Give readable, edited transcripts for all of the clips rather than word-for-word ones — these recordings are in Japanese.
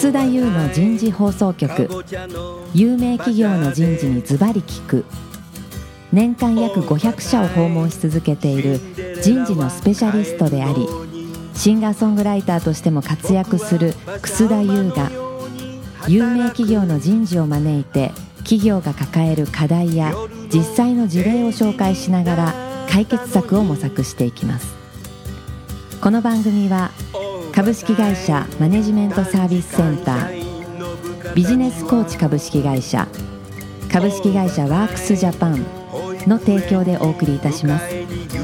楠田優の人事放送局。有名企業の人事にズバリ聞く。年間約500社を訪問し続けている人事のスペシャリストであり、シンガーソングライターとしても活躍する楠田優が、有名企業の人事を招いて企業が抱える課題や実際の事例を紹介しながら解決策を模索していきます。この番組は株式会社マネジメントサービスセンター、ビジネスコーチ株式会社、株式会社ワークスジャパンの提供でお送りいたします。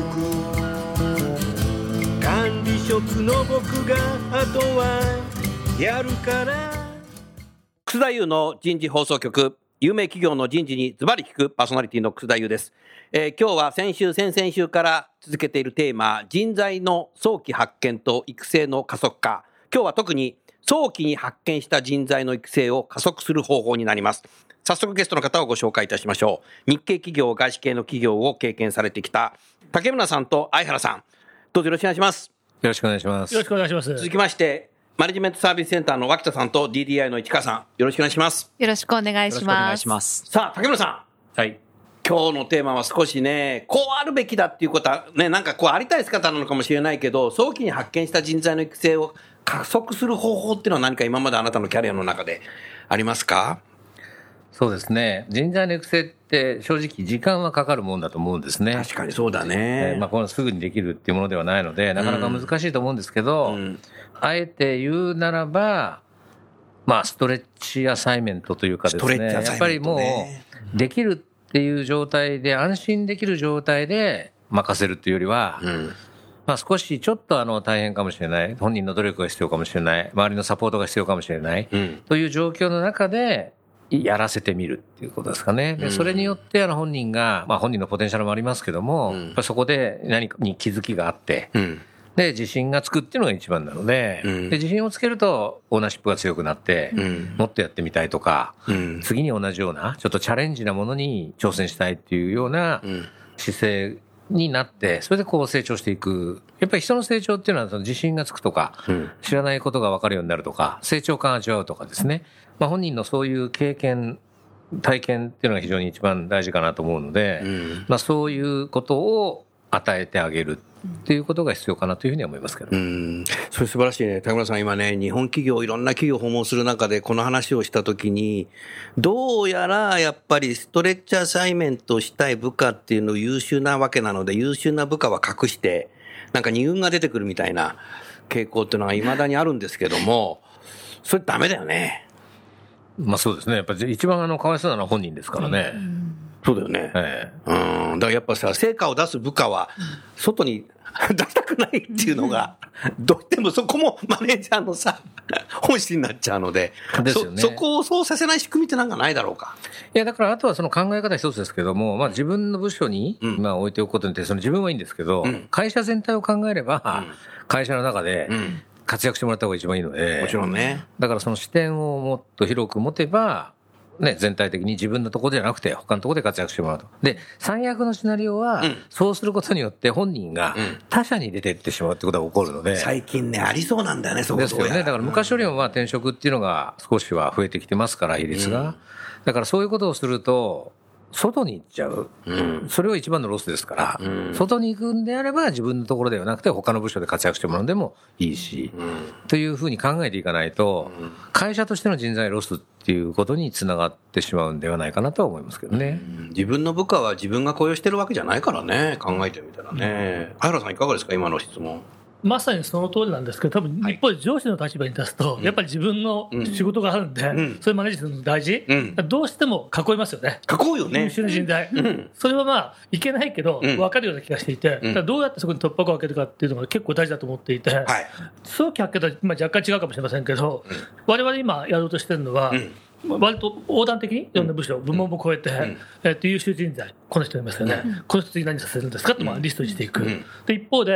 管理職の僕があとはやるから。 楠田優の人事放送局、有名企業の人事にズバリ聞くパーソナリティの楠田優です。今日は先々週から続けているテーマ、人材の早期発見と育成の加速化。今日は特に早期に発見した人材の育成を加速する方法になります。早速ゲストの方をご紹介いたしましょう。日系企業、外資系の企業を経験されてきた竹村さんと相原さん、どうぞよろしくお願いします。 よろしくお願いします。 よろしくお願いします。 続きましてマネジメントサービスセンターの脇田さんと DDI の市川さん、よろしくお願いします。 よろしくお願いします。 さあ竹村さん、はい、今日のテーマは少しね、こうあるべきだっていうことはね、なんかこうありたい姿なのかもしれないけど、早期に発見した人材の育成を加速する方法っていうのは何か今まであなたのキャリアの中でありますか？ そうですね、人材の育成って正直時間はかかるもんだと思うんですね。 確かにそうだね。 このすぐにできるっていうものではないので、なかなか難しいと思うんですけど、あえて言うならば、ストレッチアサイメントというかですね、やっぱりもうできるっていう状態で、安心できる状態で任せるっていうよりは、少しちょっと大変かもしれない、本人の努力が必要かもしれない、周りのサポートが必要かもしれない、という状況の中でやらせてみるっていうことですかね。でそれによって本人が、本人のポテンシャルもありますけども、やっぱりそこで何かに気づきがあって、で自信がつくっていうのが一番なので、で自信をつけるとオーナーシップが強くなって、もっとやってみたいとか、次に同じようなちょっとチャレンジなものに挑戦したいっていうような姿勢になって、それでこう成長していく。やっぱり人の成長っていうのはその自信がつくとか、知らないことが分かるようになるとか、成長感を味わうとかですね、本人のそういう経験体験っていうのが非常に一番大事かなと思うので、そういうことを与えてあげるっていうことが必要かなというふうに思いますけど。 それ素晴らしいね。田村さん、今ね、日本企業、いろんな企業を訪問する中でこの話をしたときに、どうやらやっぱりストレッチアサイメントしたい部下っていうの優秀なわけなので、優秀な部下は隠してなんか二軍が出てくるみたいな傾向っていうのが未だにあるんですけども、それダメだよね。 そうですね。やっぱり一番かわいそうなのは本人ですからね。 そうだよね。だからやっぱさ、成果を出す部下は外に出したくないっていうのが、どうしてもそこもマネージャーのさ、本質になっちゃうので、 ですよね。 そこをそうさせない仕組みってなんかないだろうか。 いや、だからあとはその考え方一つですけども、自分の部署に置いておくことによって、その自分はいいんですけど、会社全体を考えれば、会社の中で、活躍してもらった方が一番いいので、 もちろんね。 だからその視点をもっと広く持てば、全体的に自分のところじゃなくて他のところで活躍してもらうと。で、最悪のシナリオは、そうすることによって本人が他社に出ていってしまうってことが起こるので。 最近ね、ありそうなんだよね、 そうですよね。だから昔よりも転職っていうのが少しは増えてきてますから、比率が。だからそういうことをすると、外に行っちゃう、それは一番のロスですから、外に行くんであれば自分のところではなくて他の部署で活躍してもらうのでもいいし、というふうに考えていかないと、会社としての人材ロスっていうことにつながってしまうんではないかなとは思いますけどね。 自分の部下は自分が雇用してるわけじゃないからね、考えてみたらね。相原さんいかがですか、今の質問。 まさにその通りなんですけど、多分一方で上司の立場に立つと、やっぱり自分の仕事があるんで、そういうマネージするの大事、どうしても囲いますよね。 囲うよね。 優秀な人材、それはいけないけど、分かるような気がしていて、どうやってそこに突破口を開けるかっていうのが結構大事だと思っていて、早期発見とは若干違うかもしれませんけど、我々今やろうとしてるのは、割と横断的にいろんな部署、部門も超えて、優秀人材、この人いますよね、この人次何させるんですかってリストにしていく。で一方で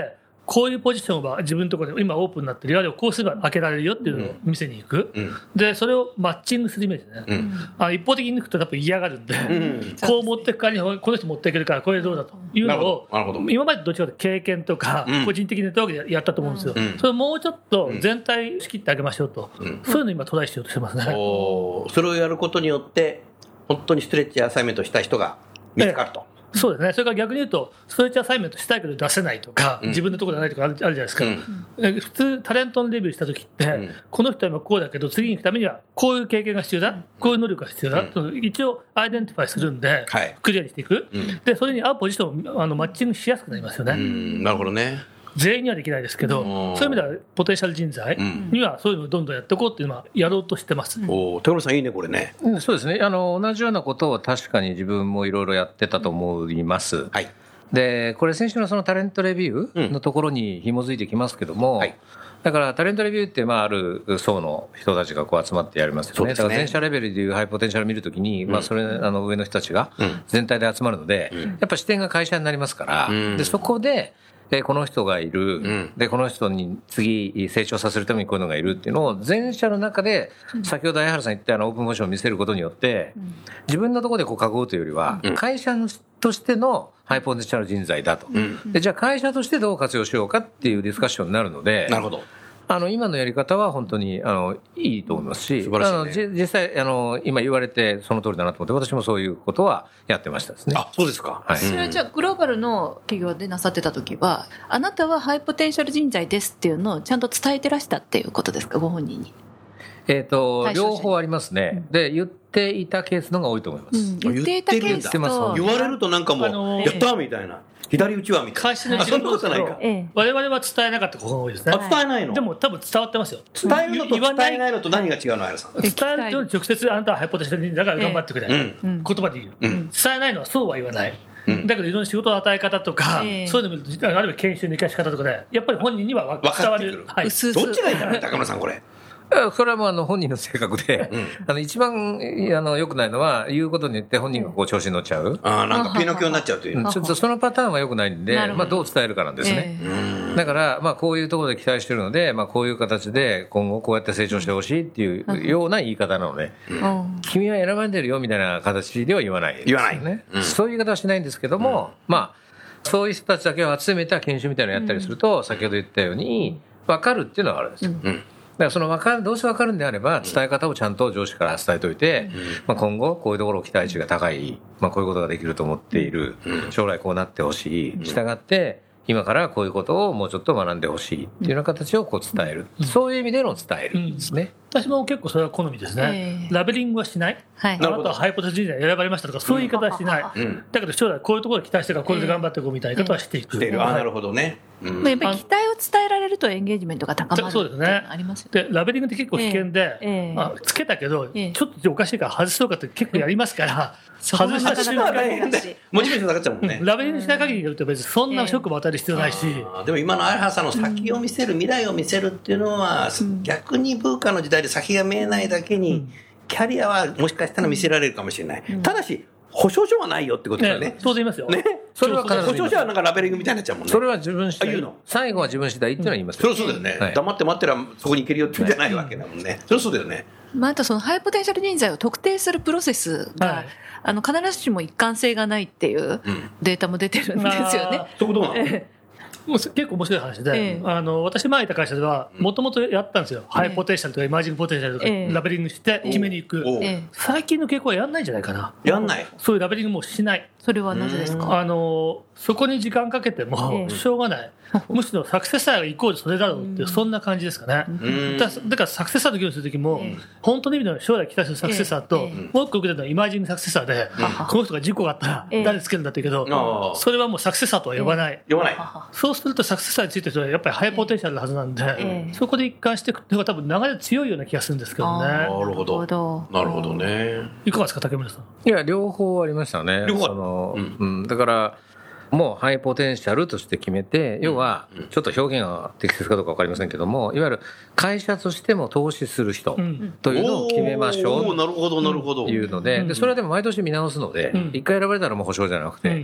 こういうポジションは自分のところで今オープンになってる、あるいはこうすれば開けられるよっていうのを見せに行く、でそれをマッチングするイメージね、一方的に抜くとやっぱ嫌がるんで、こう持っていく代わりにこの人持っていけるからこれどうだというのを、今までどちらかというと経験とか個人的にネットワークでやったと思うんですよ、それをもうちょっと全体仕切ってあげましょうと、そういうのを今トライしようとしてますね。 それをやることによって本当にストレッチアサイメントした人が見つかると、 そうですね。それから逆に言うと、ストレッチアサイメントしたいけど出せないとか、自分のところじゃないとかあるじゃないですか。普通、タレントのレビューしたときって、この人は今こうだけど、次に行くためにはこういう経験が必要だ、こういう能力が必要だ、一応アイデンティファイするんで、クリアにしていく。で、それに合うポジションをマッチングしやすくなりますよね。 なるほどね。 全員にはできないですけど、そういう意味ではポテンシャル人材にはそういうのをどんどんやっていこうっていうのはやろうとしてます。 手頃さんいいねこれね。 そうですね。同じようなことを確かに自分もいろいろやってたと思います。はい。でこれ先週のそのタレントレビューのところに紐づいてきますけども、だからタレントレビューってある層の人たちがこう集まってやりますよね。だから全社レベルでいうハイポテンシャルを見るときに、それ上の人たちが全体で集まるので、やっぱ視点が会社になりますから、でそこでこの人がいる、でこの人に次成長させるためにこういうのがいるっていうのを全社の中で、先ほど相原さん言ったオープンモーションを見せることによって、自分のところでこう囲うというよりは、会社としてのハイポテンシャル人材だと、でじゃあ会社としてどう活用しようかっていうディスカッションになるので、 なるほど。 今のやり方は本当にいいと思いますし、素晴らしいね。実際今言われてその通りだなと思って、私もそういうことはやってましたですね。 あ、そうですか。 はい。それはじゃあグローバルの企業でなさってた時は、あなたはハイポテンシャル人材ですっていうのをちゃんと伝えてらしたっていうことですか、ご本人に。 両方ありますね。で言っていたケースのが多いと思います。 言っていたケースと言われるとなんかもうやったみたいな。左打ちはみたいな。 会社のそんなことないか。 我々は伝えなかったことが多いですね。 伝えないの？ でも多分伝わってますよ。 伝えるのと伝えないのと何が違うの、あやさん。 伝えると直接あなたはハイポテンシャル人材だから頑張ってくれ。言葉で言う。伝えないのはそうは言わない。だけどいろんな仕事の与え方とか、そういうのもあるいは研修の生かし方とかでやっぱり本人には伝わる。 どっちがいいかな、高村さんこれ。 それはもう本人の性格で、一番良くないのは言うことによって本人がこう調子に乗っちゃう。 なんかピノキオになっちゃうという。 ちょっとそのパターンは良くないんで、どう伝えるかなんですね。だからこういうところで期待してるので、こういう形で今後こうやって成長してほしいっていうような言い方なので、君は選ばれてるよみたいな形では言わないですよね。そういう言い方はしないんですけども、そういう人たちだけを集めた研修みたいなのをやったりすると、先ほど言ったように分かるっていうのはあるんですよ。だからどうせ分かるんであれば伝え方をちゃんと上司から伝えておいて、今後こういうところ期待値が高い、こういうことができると思っている、将来こうなってほしい、従って今からこういうことをもうちょっと学んでほしいっていうような形をこう伝える、そういう意味での伝えるですね。 私も結構それは好みですね。ラベリングはしない。あなたはハイポテンシャル人材選ばれましたとかそういう言い方はしない。だけど将来こういうところで期待してからこれで頑張っていこうみたいなことはしていく。 なるほどね。 やっぱり期待を伝えられるとエンゲージメントが高まるっていうのありますよね。 でラベリングって結構危険で、つけたけどちょっとおかしいから外そうかって結構やりますから、外した瞬間にモチベーション下がっちゃうもんね。 ラベリングしない限りによると別にそんなショックも与える必要ないし。 でも今の相原さんの先を見せる、未来を見せるっていうのは逆に文化の時代で先が見えないだけに、キャリアはもしかしたら見せられるかもしれない。ただし保証書はないよってことだよね。 そう言いますよ。 それは保証書はなんかラベリングみたいになっちゃうもんね。 それは自分次第。最後は自分次第っていうのは言いますよ。 そうだよね。黙って待ってらそこに行けるよって言うんじゃないわけだもんね。そうだよね。 あとそのハイポテンシャル人材を特定するプロセスが、必ずしも一貫性がないっていうデータも出てるんですよね。 そこどうなの？ もう結構面白い話で、私前いた会社ではもともとやったんですよ。ハイポテンシャルとかエマージングポテンシャルとかラベリングして決めに行く。最近の傾向はやんないんじゃないかな。 やんない。 そういうラベリングもしない。 それはなぜですか？ そこに時間かけてもしょうがない。むしろサクセッサーがイコールそれだろうっていう、そんな感じですかね。だからサクセッサーの議論するときも、本当の意味での将来期待するサクセッサーと、もう一個受けてるのはイマージングサクセッサーで、この人が事故があったら誰つけるんだって言うけど、それはもうサクセッサーとは呼ばない。 呼ばない。 そうするとサクセッサーについてはやっぱりハイポテンシャルなはずなんで、そこで一貫していくっていうのが多分流れ強いような気がするんですけどね。 なるほど。なるほどね。 いかがですか、竹村さん。 いや、両方ありましたね。だからもうハイポテンシャルとして決めて、要はちょっと表現が適切かどうか分かりませんけども、いわゆる会社としても投資する人というのを決めましょうというので、それはでも毎年見直すので、一回選ばれたらもう保証じゃなくて、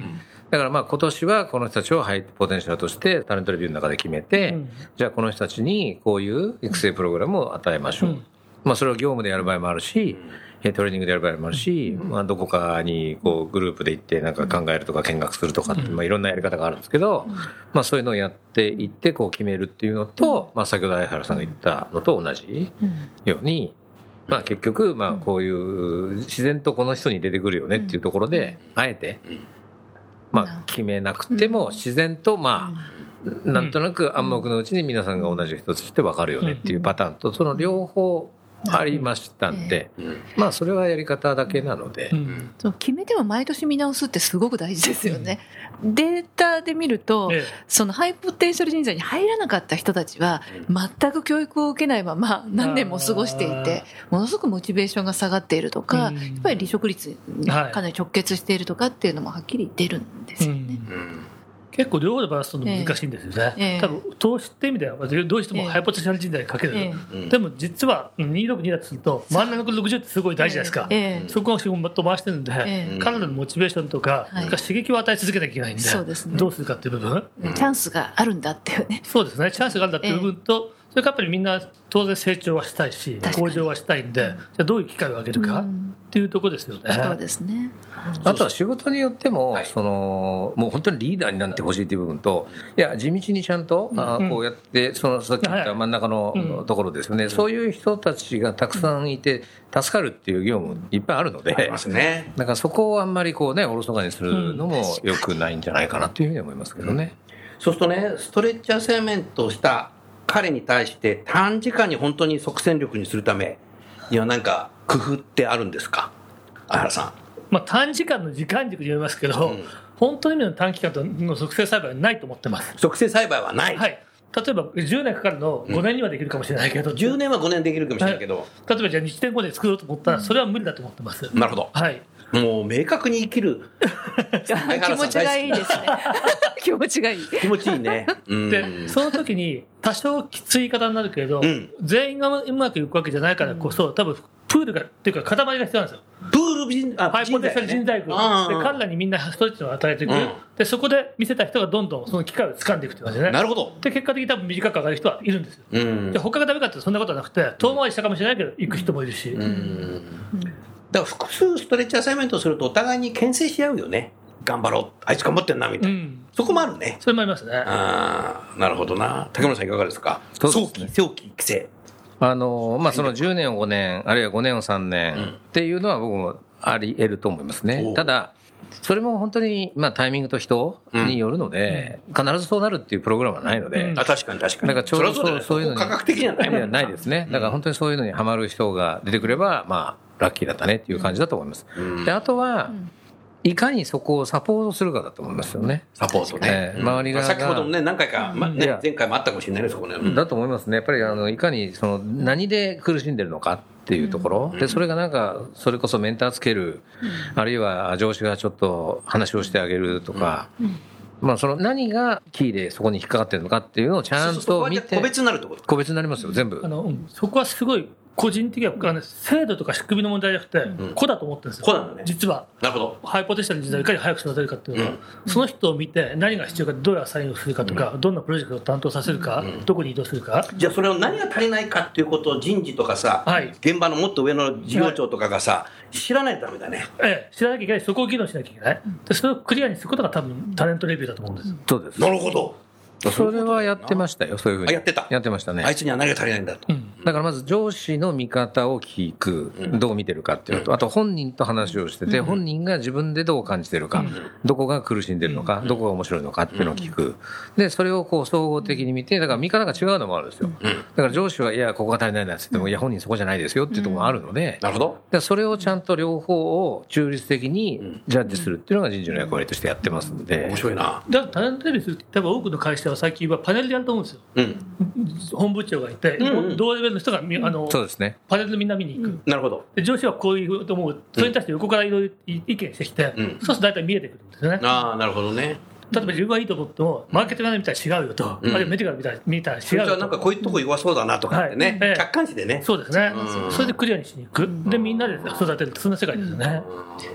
だからまあ今年はこの人たちをハイポテンシャルとしてタレントレビューの中で決めて、じゃあこの人たちにこういう育成プログラムを与えましょう。まあそれを業務でやる場合もあるし、トレーニングでやる場合もあるし、まあどこかにこうグループで行ってなんか考えるとか見学するとかって、まあいろんなやり方があるんですけど、まあそういうのをやっていってこう決めるっていうのと、まあ先ほど相原さんが言ったのと同じように、まあ結局まあこういう自然とこの人に出てくるよねっていうところで、あえてまあ決めなくても自然とまあなんとなく暗黙のうちに皆さんが同じ人として分かるよねっていうパターンと、その両方ありましたんで、まあそれはやり方だけなので、 そう決めても毎年見直すってすごく大事ですよね。データで見ると、そのハイポテンシャル人材に入らなかった人たちは全く教育を受けないまま何年も過ごしていて、ものすごくモチベーションが下がっているとか、やっぱり離職率にかなり直結しているとかっていうのもはっきり出るんですよね。 結構両方でバランス取るの難しいんですよね、多分投資って意味ではどうしてもハイポテンシャル人材にかける、でも実は262だとすると真ん中の60ってすごい大事じゃないですか、そこを仕事回してるんで、彼らのモチベーションとか、刺激を与え続けなきゃいけないんで、どうするかっていう部分、 チャンスがあるんだっていうね。 そうですね、チャンスがあるんだっていう部分と、それからやっぱりみんな当然成長はしたいし向上はしたいんで、じゃあどういう機会をあげるかっていうところですよね。 そうですね。 あとは仕事によっても、もう本当にリーダーになってほしいという部分と、いや地道にちゃんとこうやってさっき言った真ん中のところですよね、そういう人たちがたくさんいて助かるっていう業務いっぱいあるので、だからそこをあんまりこうねおろそかにするのも良くないんじゃないかなというふうに思いますけどね。 そうするとね、ストレッチアサイメントをした彼に対して短時間に本当に即戦力にするためには何か工夫ってあるんですか、相原さん。 まあ、短時間の時間軸によりますけど、本当の意味の短期間の促成栽培はないと思ってます。 促成栽培はない、 はい、例えば10年かかるのを5年にはできるかもしれないけど、 10年は5年できるかもしれないけど、 例えばじゃあ1年後で作ろうと思ったらそれは無理だと思ってます。 なるほど、 はい、 もう明確に生きる気持ちがいいですね気持ちがいい、 気持ちいいねでその時に多少きつい言い方になるけれど、全員がうまくいくわけじゃないからこそ、多分プールがっていうか塊が必要なんですよ。 プールハイポテンシャル人材群で、彼らにみんなストレッチを与えていく、でそこで見せた人がどんどんその機会を掴んでいくって感じでね。 なるほど。 で結果的に多分短く上がる人はいるんですよ、で他がダメかってそんなことはなくて、遠回りしたかもしれないけど行く人もいるし、 だから複数ストレッチアサイメントをするとお互いに牽制し合うよね。頑張ろう、あいつ頑張ってんなみたいな、そこもあるね。 それもありますね。 なるほどな。竹村さんいかがですか。早期育成、 まあ、その10年を5年あるいは5年を3年っていうのは僕もあり得ると思いますね。ただそれも本当にまあタイミングと人によるので、必ずそうなるっていうプログラムはないので、 確かに確かに。 だからちょうどそういうのに価格的にはないですね。だから本当にそういうのにハマる人が出てくればまあラッキーだったねっていう感じだと思います。であとはいかにそこをサポートするかだと思いますよね。 サポートね。 周りが先ほどもね何回か、前回もあったかもしれないですこね。 だと思いますね。やっぱりいかにその何で苦しんでるのかっていうところで、それがなんかそれこそメンターつける、あるいは上司がちょっと話をしてあげるとか、まあその何がキーでそこに引っかかってるのかっていうのをちゃんと見て、 個別になるってこと。 個別になりますよ全部。 そこはすごい個人的には制度とか仕組みの問題じゃなくて、個だと思ってるんですよ。 個なんだね。 実は。 なるほど。 ハイポテンシャルの人材をいかに早く育てるかっていうのは、その人を見て何が必要か、どういうアサインをするかとか、どんなプロジェクトを担当させるか、どこに移動するか。 じゃあそれを何が足りないかっていうことを人事とかさ、現場のもっと上の事業長とかがさ、知らないとダメだね。 知らなきゃいけない。そこを議論しなきゃいけない。でそれをクリアにすることが多分タレントレビューだと思うんです。 そうです。 なるほど。 それはやってましたよ、そういうふうに。 やってましたね。あいつには何が足りないんだと。 だからまず上司の見方を聞く、どう見てるかっていうのと、あと本人と話をしてて、本人が自分でどう感じてるか、どこが苦しんでるのか、どこが面白いのかっていうのを聞く。で、それをこう総合的に見て、だから見方が違うのもあるんですよ。だから上司は、いや、ここが足りないなって言っても、いや、本人そこじゃないですよっていうところがあるので、 なるほど。 でそれをちゃんと両方を中立的にジャッジするっていうのが人事の役割としてやってますんで。 面白いな。 だからタレントレビューするって、多分多くの会社は最近はパネルやると思うんですよ、本部長がいて、同レベルの人がそうですね、 パネルでみんな見に行く、 なるほど。 で上司はこういうと思う、それに対して横からいろいろ意見してきて、そうすると大体見えてくるんですよね。 なるほどね。 例えば自分はいいと思ってもマーケット側で見たら違うよと、あるいはメディカル見たら違うよと、 それはなんかこういうとこ弱そうだなとかってね、客観視でね。 そうですね、それでクリアにしに行く、でみんなで育てる、そんな世界ですよね。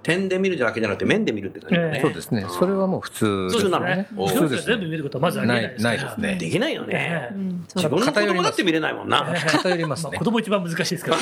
点で見るだけじゃなくて面で見るって感じだね。 そうですね。それはもう普通ですね。 普通ですね。全部見ることはまずありえないです。 ないですね。 できないよね。 自分の子供だって見れないもんな。 偏りますね。 子供一番難しいですから。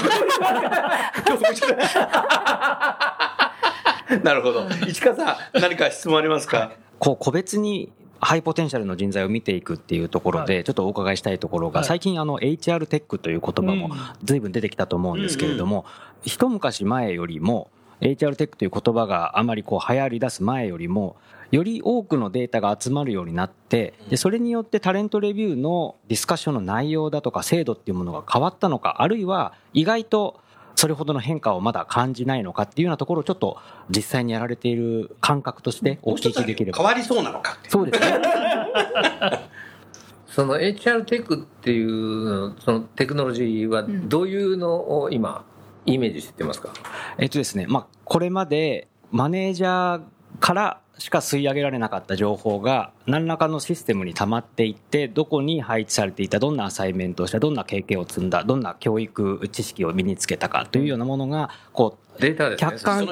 なるほど。市川さん、何か質問ありますか？ 個別にハイポテンシャルの人材を見ていくっていうところでちょっとお伺いしたいところが、最近HR テックという言葉も随分出てきたと思うんですけれども、一昔前よりも HR テックという言葉があまり流行り出す前よりもより多くのデータが集まるようになって、でそれによってタレントレビューのディスカッションの内容だとか精度っていうものが変わったのか、あるいは意外とそれほどの変化をまだ感じないのかっていうようなところをちょっと実際にやられている感覚としてお聞きできれば。 変わりそうなのか。 そうですね。 その HR テックっていうそのテクノロジーはどういうのを今イメージしてますか？ ですね、これまでマネージャーからしか吸い上げられなかった情報が何らかのシステムに溜まっていって、どこに配置されていた、どんなアサイメントをした、どんな経験を積んだ、どんな教育知識を身につけたかというようなものがデータですね。 客観で、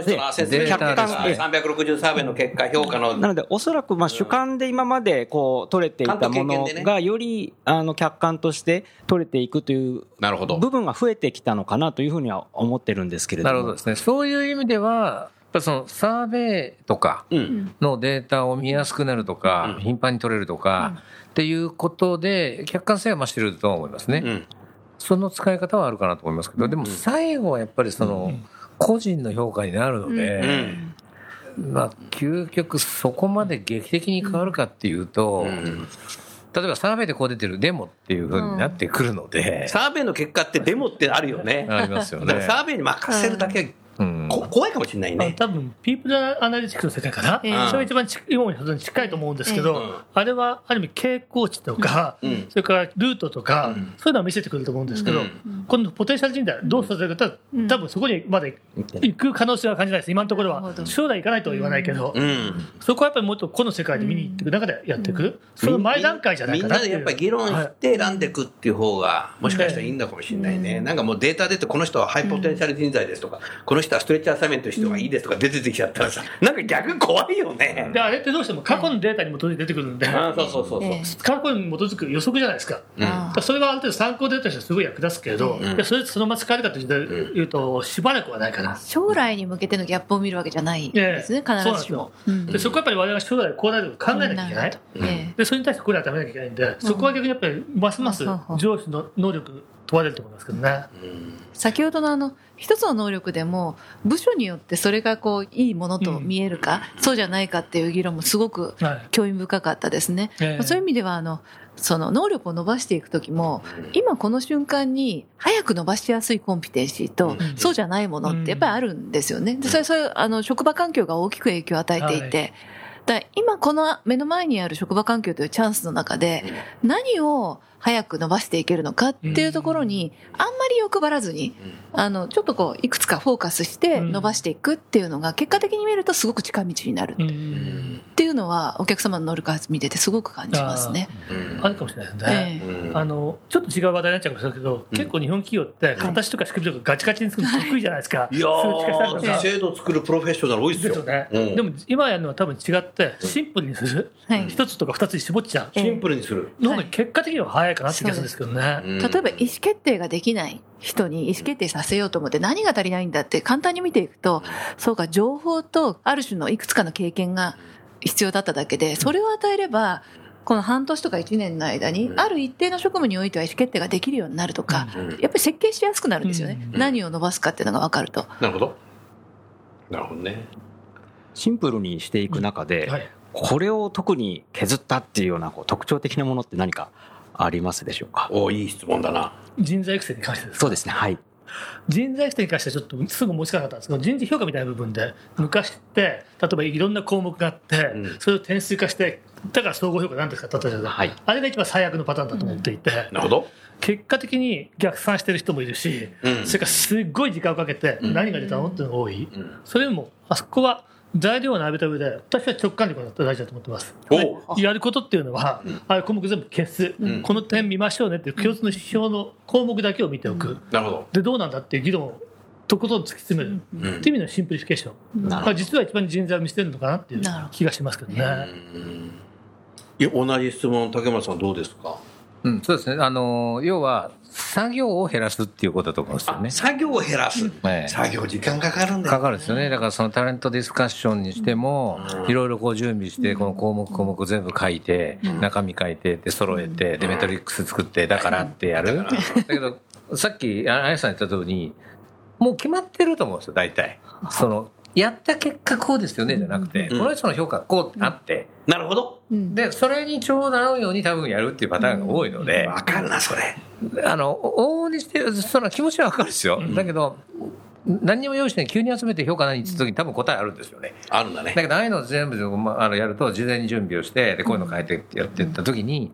360サーベイの結果評価の。 なのでおそらく主観で今まで取れていたものがより客観として取れていくという部分が増えてきたのかなというふうには思ってるんですけれども。 なるほどですね。そういう意味ではそのサーベイとかのデータを見やすくなるとか、頻繁に取れるとかっていうことで客観性は増してると思いますね。その使い方はあるかなと思いますけど、でも最後はやっぱりその個人の評価になるので、究極そこまで劇的に変わるかっていうと、例えばサーベイでこう出てるデモっていう風になってくるので、 サーベイの結果ってデモってあるよね。 ありますよね。 だからサーベイに任せるだけは怖いかもしれないね。 多分ピープルアナリティクスの世界かな、それが一番今に近いと思うんですけど、あれはある意味傾向値とか、それからルートとか、そういうのは見せてくると思うんですけど、このポテンシャル人材どうさせるか、多分そこにまで行く可能性は感じないです。今のところは将来行かないとは言わないけど、そこはやっぱりもっと個の世界で見に行っていく中でやっていく、その前段階じゃないかなっていう。 みんなでやっぱり議論して選んでいくっていう方がもしかしたらいいんだかもしれないね。なんかもうデータ出てこの人はハイポテンシャル人材ですとか、この人はストレッチアサイメント人がいいですとか出てきちゃったらさ、なんか逆怖いよね。 であれってどうしても過去のデータに基づいて出てくるんで、過去に基づく予測じゃないですか。それがある程度参考データとしてすごい役立つけど、それでそのまま使えるかというとしばらくはないかな。 将来に向けてのギャップを見るわけじゃないですね、必ずしも。 でそこはやっぱり我々が将来こうなると考えなきゃいけない。でそれに対してこれは食べなきゃいけないんで、そこは逆にやっぱりますます上司の能力問われると思いますけどね。 先ほどの一つの能力でも部署によってそれがいいものと見えるか、そうじゃないかっていう議論もすごく興味深かったですね。そういう意味ではその能力を伸ばしていくときも、今この瞬間に早く伸ばしやすいコンピテンシーと、そうじゃないものってやっぱりあるんですよね。でそういう職場環境が大きく影響を与えていて、だ今この目の前にある職場環境というチャンスの中で何を早く伸ばしていけるのかっていうところにあんまり欲張らずにちょっといくつかフォーカスして伸ばしていくっていうのが結果的に見るとすごく近道になるっていうのはお客様の能力開発見ててすごく感じますね。 あるかもしれないですね。ちょっと違う話題になっちゃうかもしれないけど、結構日本企業って形とか仕組みとかガチガチに作るの得意じゃないですか。 いやー、制度作るプロフェッショナル多いですよね。でも今やるのは多分違ってシンプルにする、一つとか二つに絞っちゃう、 シンプルにするの方が結果的には早いかなって気がするんですけどね。 例えば意思決定ができない人に意思決定させようと思って何が足りないんだって簡単に見ていくと、そうか、情報とある種のいくつかの経験が必要だっただけで、それを与えればこの半年とか1年の間にある一定の職務においては意思決定ができるようになるとか、やっぱり設計しやすくなるんですよね。何を伸ばすかっていうのが分かると。 なるほど、なるほどね。 シンプルにしていく中で、これを特に削ったっていうような特徴的なものって何かありますでしょうか？ いい質問だな。 人材育成に関してですか？ そうですね、はい。 人材育成に関してはちょっとすぐ思いつかなかったんですけど、人事評価みたいな部分で昔って例えばいろんな項目があって、それを点数化してだから総合評価なんですか例えば、あれが一番最悪のパターンだと思っていて、 なるほど。 結果的に逆算してる人もいるし、それからすっごい時間をかけて何が出たのっていうのが多い。それでもあそこは材料を並べた上で私は直感力が大事だと思ってます。やることっていうのはあれ項目全部消す、この点見ましょうねっていう共通の指標の項目だけを見ておく、 なるほど。 でどうなんだっていう議論をとことん突き詰めるっていう意味のシンプリフィケーションが実は一番人材を見せてるのかなっていう気がしますけどね。 同じ質問、竹村さんどうですか？ そうですね。要は作業を減らすっていうことだと思うんですよね。 作業を減らす、作業時間かかるんだよね。 かかるんですよね。だからそのタレントディスカッションにしても、いろいろこう準備して、この項目全部書いて、中身書いて、で揃えて、でメトリックス作って、だからってやる。だけどさっきあやさん言った通りに、もう決まってると思うんですよ、大体。やった結果こうですよねじゃなくて、この人の評価こうあって、 なるほど。 でそれにちょうど合うように多分やるっていうパターンが多いので、 わかるなそれ。 往々にしてその気持ちはわかるんですよ。だけど何にも用意してない急に集めて評価何って言った時に多分答えあるんですよね。 あるんだね。 だけどああいうの全部やると事前に準備をしてでこういうの変えてってやっていった時に、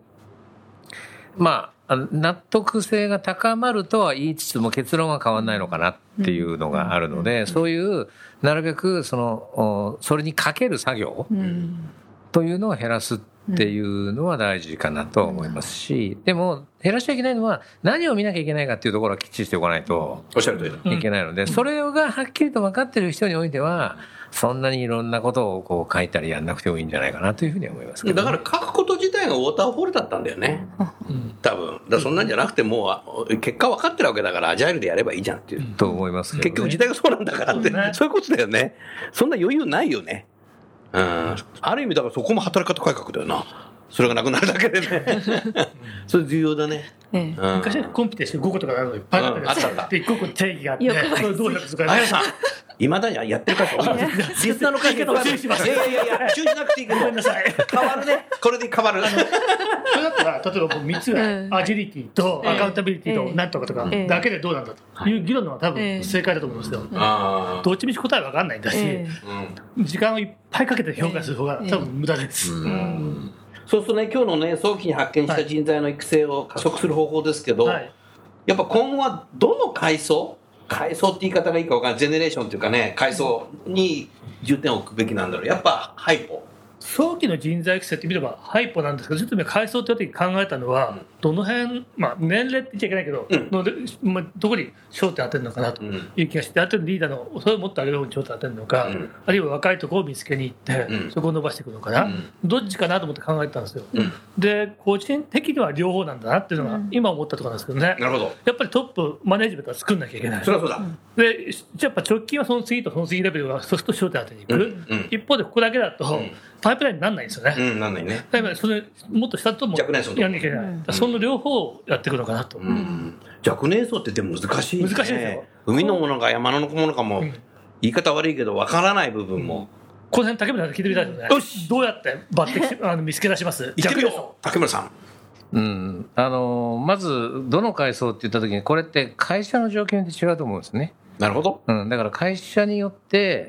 納得性が高まるとは言いつつも結論は変わらないのかなっていうのがあるので、そういうなるべくそれにかける作業というのを減らすっていうのは大事かなと思いますし、でも減らしちゃいけないのは何を見なきゃいけないかっていうところはきっちりしておかないとおっしゃる通りいけないので、それがはっきりと分かっている人においてはそんなにいろんなことをこう書いたりやんなくてもいいんじゃないかなというふうに思いますけど、ね、 だから書くこと自体がウォーターフォールだったんだよね、多分。だからそんなんじゃなくてもう結果分かってるわけだからアジャイルでやればいいじゃんっていう、 と思いますけどね。 結局時代がそうなんだからって、そういうことだよね。そんな余裕ないよね。ある意味だからそこも働き方改革だよな。それがなくなるだけでねそれ重要だね。 昔はコンピテーション5個とかあるのいっぱいあったじゃないですか。で1個個定義があってそれどうやって使うか。 あやさんいまだにやってる会社多いです。リスナーの会社の注意します。いや注意しなくていいけど、ごめんなさい、変わるね。これで変わる。それだったら例えば3つがアジリティとアカウンタビリティとなんとかとかだけでどうなんだという議論のは多分正解だと思うんですよ。どっちみち答え分かんないんだし、時間をいっぱいかけて評価する方が多分無駄です。 そうするとね、今日のね、早期に発見した人材の育成を加速する方法ですけど、やっぱ今後はどの階層って言い方がいいか分からない、ジェネレーションというかね、階層に重点を置くべきなんだろう。やっぱハイポ。 早期の人材育成って見ればハイポなんですけど、ちょっと階層って時考えたのは、どの辺、年齢って言っちゃいけないけど、どこに焦点当てるのかなという気がして、ある程度リーダーのそれをもっと上げる方に焦点当てるのか、あるいは若いところを見つけに行って、そこを伸ばしていくのかな、どっちかなと思って考えてたんですよ。で、個人的には両方なんだなっていうのが今思ったところなんですけどね。 なるほど。 やっぱりトップマネジメントは作んなきゃいけない。 そりゃそうだ。 で、やっぱ直近はその次とその次レベルはそうすると焦点当てにいく。一方でここだけだと、パイプラインにならないんですよね。 なんないね。 だからそれもっと下ともやんなきゃいけない。その両方をやっていくのかなと。 若年層ってでも難しいね。 難しいですよ。 海のものか山のものかも、言い方悪いけど分からない部分も。 この辺竹村さん聞いてみたいですね。よし。どうやって抜擢見つけ出します？ 言ってみよう。竹村さん。 まずどの階層って言った時にこれって会社の状況によって違うと思うんですね。 なるほど。 だから会社によって、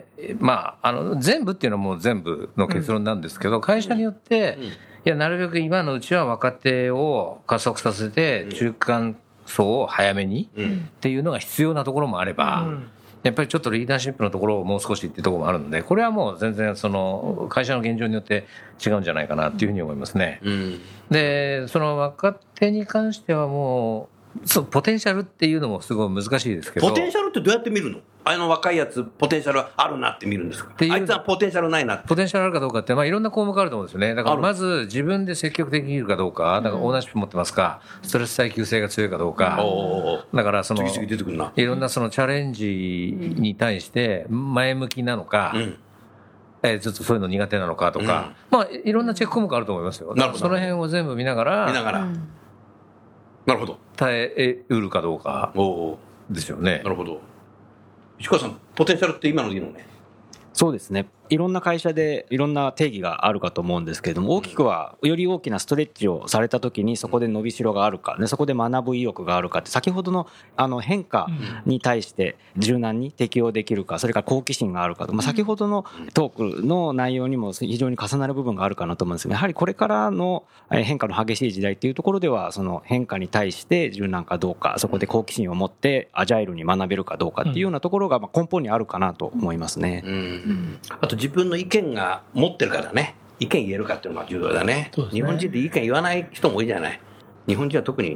全部っていうのはもう全部の結論なんですけど、会社によって、いや、なるべく今のうちは若手を加速させて、中間層を早めにっていうのが必要なところもあれば、やっぱりちょっとリーダーシップのところをもう少しっていうところもあるので、これはもう全然その会社の現状によって違うんじゃないかなっていうふうに思いますね。で、その若手に関してはもう、ポテンシャルっていうのもすごい難しいですけど。 ポテンシャルってどうやって見るの？若いやつポテンシャルあるなって見るんですか？あいつはポテンシャルないなって。 ポテンシャルあるかどうかっていろんな項目あると思うんですよね。だからまず自分で積極的にいるかどうか、だからオーナーシップ持ってますか、ストレス耐久性が強いかどうか、だからそのいろんなそのチャレンジに対して前向きなのか、ずっとそういうの苦手なのかとか、いろんなチェック項目あると思いますよ。その辺を全部見ながら。 なるほど。 耐えうるかどうかですよね。 なるほど。石川さん、ポテンシャルって今のでいいのね。 そうですね。いろんな会社でいろんな定義があるかと思うんですけれども、大きくはより大きなストレッチをされたときにそこで伸びしろがあるか、そこで学ぶ意欲があるかって、先ほどの変化に対して柔軟に適応できるか、それから好奇心があるかと、先ほどのトークの内容にも非常に重なる部分があるかなと思うんですが、やはりこれからの変化の激しい時代っていうところでは、その変化に対して柔軟かどうか、そこで好奇心を持ってアジャイルに学べるかどうかっていうようなところが根本にあるかなと思いますね。 あと自分の意見が持ってるからね、意見言えるかっていうのが重要だね。日本人って意見言わない人も多いじゃない。日本人は特に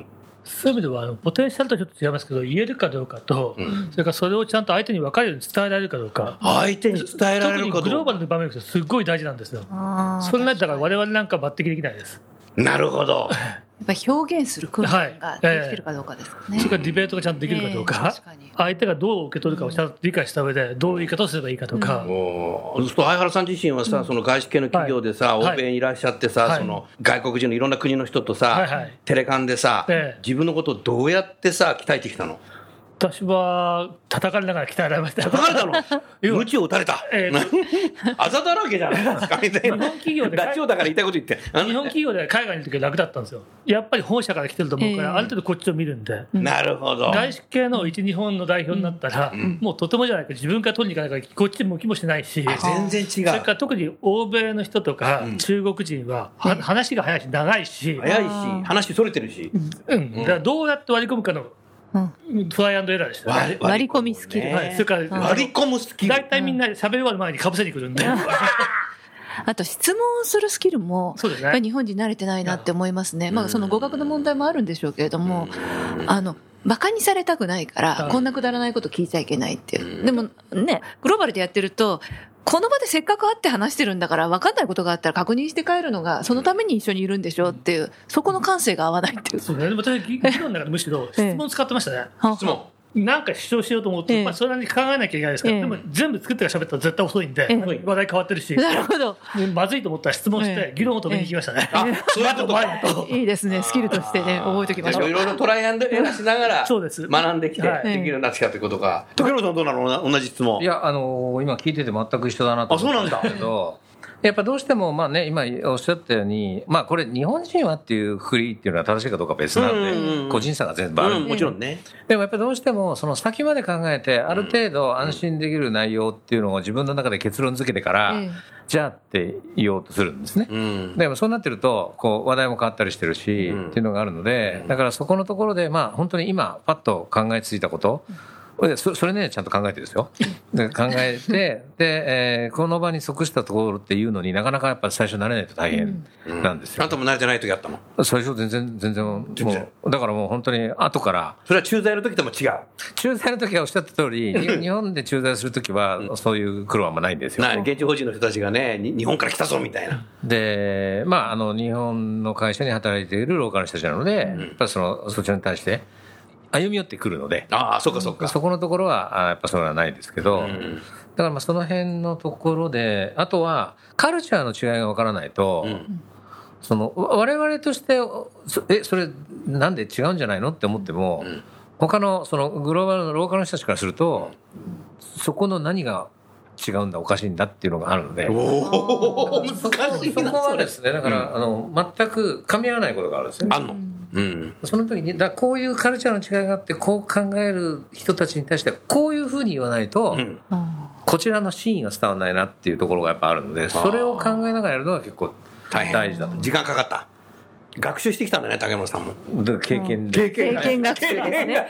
そういう意味ではポテンシャルとちょっと違いますけど、言えるかどうかと、それからそれをちゃんと相手に分かるように伝えられるかどうか、 相手に伝えられるかどうか、 特にグローバルの場面ですすごい大事なんですよ。それないとだから我々なんか抜擢できないです。 なるほど。 やっぱり表現する訓練ができてるかどうかですかね。 それからディベートがちゃんとできるかどうか、相手がどう受け取るかをちゃんと理解した上でどういう言い方をすればいいかとか。 そうすると相原さん自身はさ、その外資系の企業でさ、欧米にいらっしゃってさ、その外国人のいろんな国の人とさ、テレカンでさ、自分のことをどうやってさ鍛えてきたの？ 私は叩かれながら鍛えられましたよ。 叩かれたの？鞭を打たれた。あざだらけじゃないですかみたいな。 日本企業でラジオだから言いたいこと言って。 日本企業で海外にいる時は楽だったんですよ。やっぱり本社から来てると思うから、ある程度こっちを見るんで。 なるほど。 外資系の1、日本の代表になったら、もうとてもじゃないか、自分から取りに行かないからこっち向きもしないし、 全然違う。それから特に欧米の人とか中国人は話が早いし長いし、 話それてるし、 だからどうやって割り込むかのトライアンドエラーでしたね。 割り込みスキル、 それから割り込むスキル、 大体みんな喋り終わる前にかぶせに来るんであと質問するスキルもやっぱり日本人慣れてないなって思いますね。その語学の問題もあるんでしょうけれども、バカにされたくないからこんなくだらないこと聞いちゃいけないっていう。でもね、グローバルでやってるとこの場でせっかく会って話してるんだから分かんないことがあったら確認して帰るのがそのために一緒にいるんでしょっていう、そこの感性が合わないっていう。 そうね、でも私議論の中でむしろ質問使ってましたね。質問なんか主張しようと思うと、それなりに考えなきゃいけないですから、でも全部作ってから喋ったら絶対遅いんで、話題変わってるし、 なるほど、 まずいと思ったら質問して議論を止めに行きましたね。 そういうことか。 いいですね、スキルとしてね、覚えておきましょう。 いろいろトライアンドエラーしながら学んできてできるようになってきたということか。竹野さんどうなの？同じ質問。 いや、今聞いてて全く一緒だなと思うんですけど、やっぱどうしても今おっしゃったように、これ日本人はっていうくくりっていうのは正しいかどうか別なんで、個人差が全部ある、 もちろんね。 でもやっぱりどうしてもその先まで考えてある程度安心できる内容っていうのを自分の中で結論付けてから、じゃあって言おうとするんですね。でもそうなってると話題も変わったりしてるし、っていうのがあるので、だからそこのところで本当に今パッと考えついたこと、それねちゃんと考えてですよ。で考えてで、この場に即したところっていうのになかなかやっぱ最初慣れないと大変なんですよ。 あんたも慣れてない時あったもん。 最初全然もうだからもう本当に後から。 それは駐在の時とも違う。 駐在の時はおっしゃった通り日本で駐在する時はそういう苦労はあんまないんですよ。 現地法人の人たちがね日本から来たぞみたいな。 で日本の会社に働いているローカルの人たちなので、やっぱそちらに対して歩み寄ってくるので、 そうかそこのところはやっぱそれはないですけど、だからその辺のところで、あとはカルチャーの違いが分からないと、我々としてそれなんで違うんじゃないのって思っても、他のそのグローバルのローカルの人たちからすると、そこの何が違うんだおかしいんだっていうのがあるので、 難しいな。 そこはですね、だから全く噛み合わないことがあるんですよね。その時にこういうカルチャーの違いがあってこう考える人たちに対してこういうふうに言わないと、こちらの真意が伝わらないなっていうところがやっぱあるので、それを考えながらやるのが結構大事だと。 時間かかった。学習してきたんだね竹村さんも。 経験学習ですね。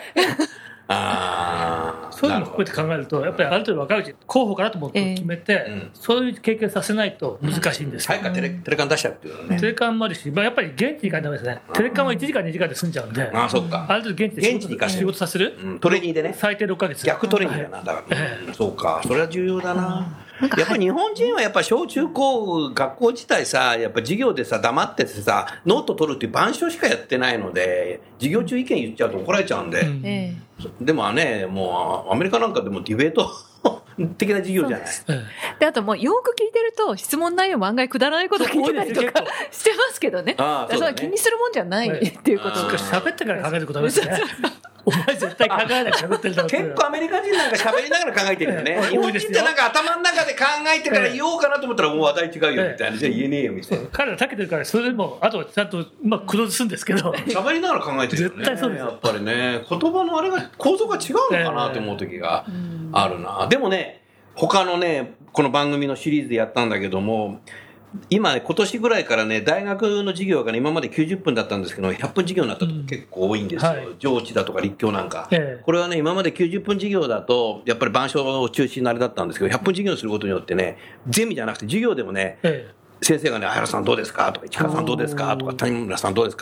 そういうのも含めて考えるとやっぱりある程度若いうち候補かなと思って決めて、そういう経験させないと難しいんですよ。 早くテレカン出しちゃうっていうのね。 テレカンもあるし、やっぱり現地に行かないとダメですね。テレカンは1時間2時間で済んじゃうんで、 そっか。 ある程度現地で仕事させる、 トレーニーでね。 最低6ヶ月。 逆トレーニーだな。だからそうか、それは重要だな。やっぱり日本人はやっぱ小中高学校自体さ、やっぱ授業でさ黙っててさノート取るっていう板書しかやってないので、授業中意見言っちゃうと怒られちゃうんで、でもね、もうアメリカなんかでもディベート的な授業じゃない。 であともうよく聞いてると質問内容も案外くだらないこと聞いてたりとかしてますけどね。それは気にするもんじゃないっていうこと。 喋ってから考えることですね。お前絶対考えないで喋ってるだろう。 結構アメリカ人なんか喋りながら考えてるよね。日本人ってなんか頭の中で考えてから言おうかなと思ったらもう話題違うよみたいな。じゃあ言えねえよみたいな。 彼ら長けてるからそれでもあとはちゃんとクローズするんですけど。 喋りながら考えてるよね。 絶対そうです。 やっぱりね、言葉のあれが構造が違うのかなと思う時があるな。でもね、他のねこの番組のシリーズでやったんだけども。今ね、今年ぐらいからね、大学の授業がね、今まで90分だったんですけど、100分授業になったとこ結構多いんですよ。上智だとか立教なんか。これはね、今まで90分授業だと、やっぱり板書を中心のあれだったんですけど、100分授業にすることによってね、ゼミじゃなくて授業でもね、先生がね、相原さんどうですかとか、市川さんどうですかとか、谷村さんどうですか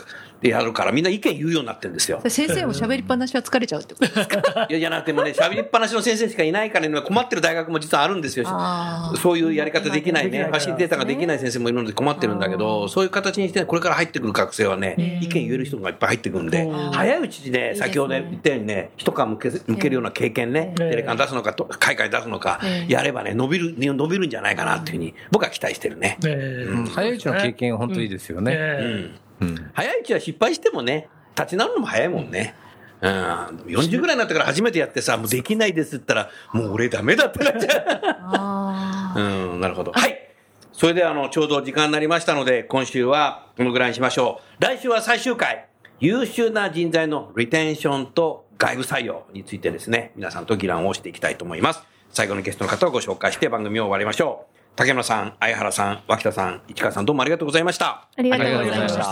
やるからみんな意見言うようになってるんですよ。 先生も喋りっぱなしは疲れちゃうってことですか？ いやじゃなくてもね、喋りっぱなしの先生しかいないからね、困ってる大学も実はあるんですよ。そういうやり方できないね、ファシリテーターができない先生もいるので困ってるんだけど、そういう形にして、これから入ってくる学生はね、意見言える人がいっぱい入ってくるんで、早いうちにね、先ほど言ったようにね、一皮向けるような経験ね、テレカン出すのか、海外出すのか、やればね、伸びるんじゃないかなっていうふうに、僕は期待してるね。 早いうちの経験は本当にいいですよね。 早いうちは失敗してもね、立ち直るのも早いもんね。40ぐらいになってから初めてやってさ、もうできないですって言ったら、もう俺ダメだってなっちゃう。なるほど。はい。それでちょうど時間になりましたので、今週はこのぐらいにしましょう。来週は最終回、優秀な人材のリテンションと外部採用についてですね、皆さんと議論をしていきたいと思います。最後のゲストの方をご紹介して番組を終わりましょう。竹村さん、相原さん、脇田さん、市川さん、どうもありがとうございました。 ありがとうございました。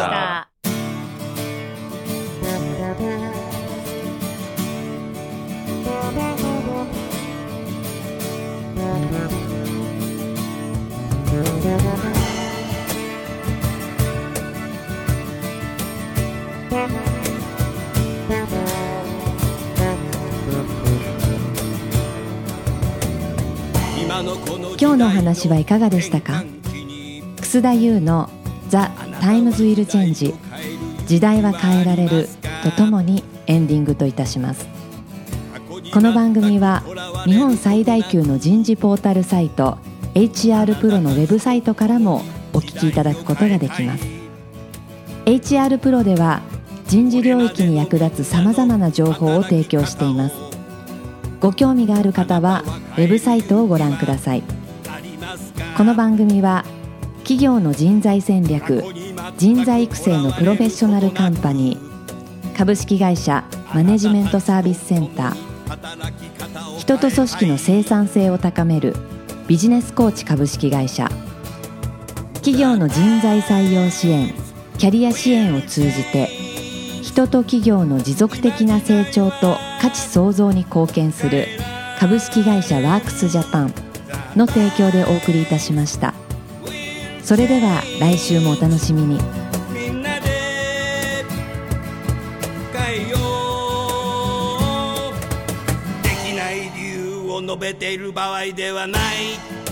今日のお話はいかがでしたか？楠田優の The Times Will Change 時代は変えられるとともにエンディングといたします。この番組は日本最大級の人事ポータルサイト HR プロのウェブサイトからもお聞きいただくことができます。 HR プロでは人事領域に役立つさまざまな情報を提供しています。ご興味がある方はウェブサイトをご覧ください。この番組は企業の人材戦略、人材育成のプロフェッショナルカンパニー、株式会社マネジメントサービスセンター、人と組織の生産性を高めるビジネスコーチ株式会社、企業の人材採用支援、キャリア支援を通じて人と企業の持続的な成長と価値創造に貢献する株式会社ワークスジャパンの提供でお送りいたしました。それでは来週もお楽しみに。 みんなで変えよう。できない理由を述べている場合ではない。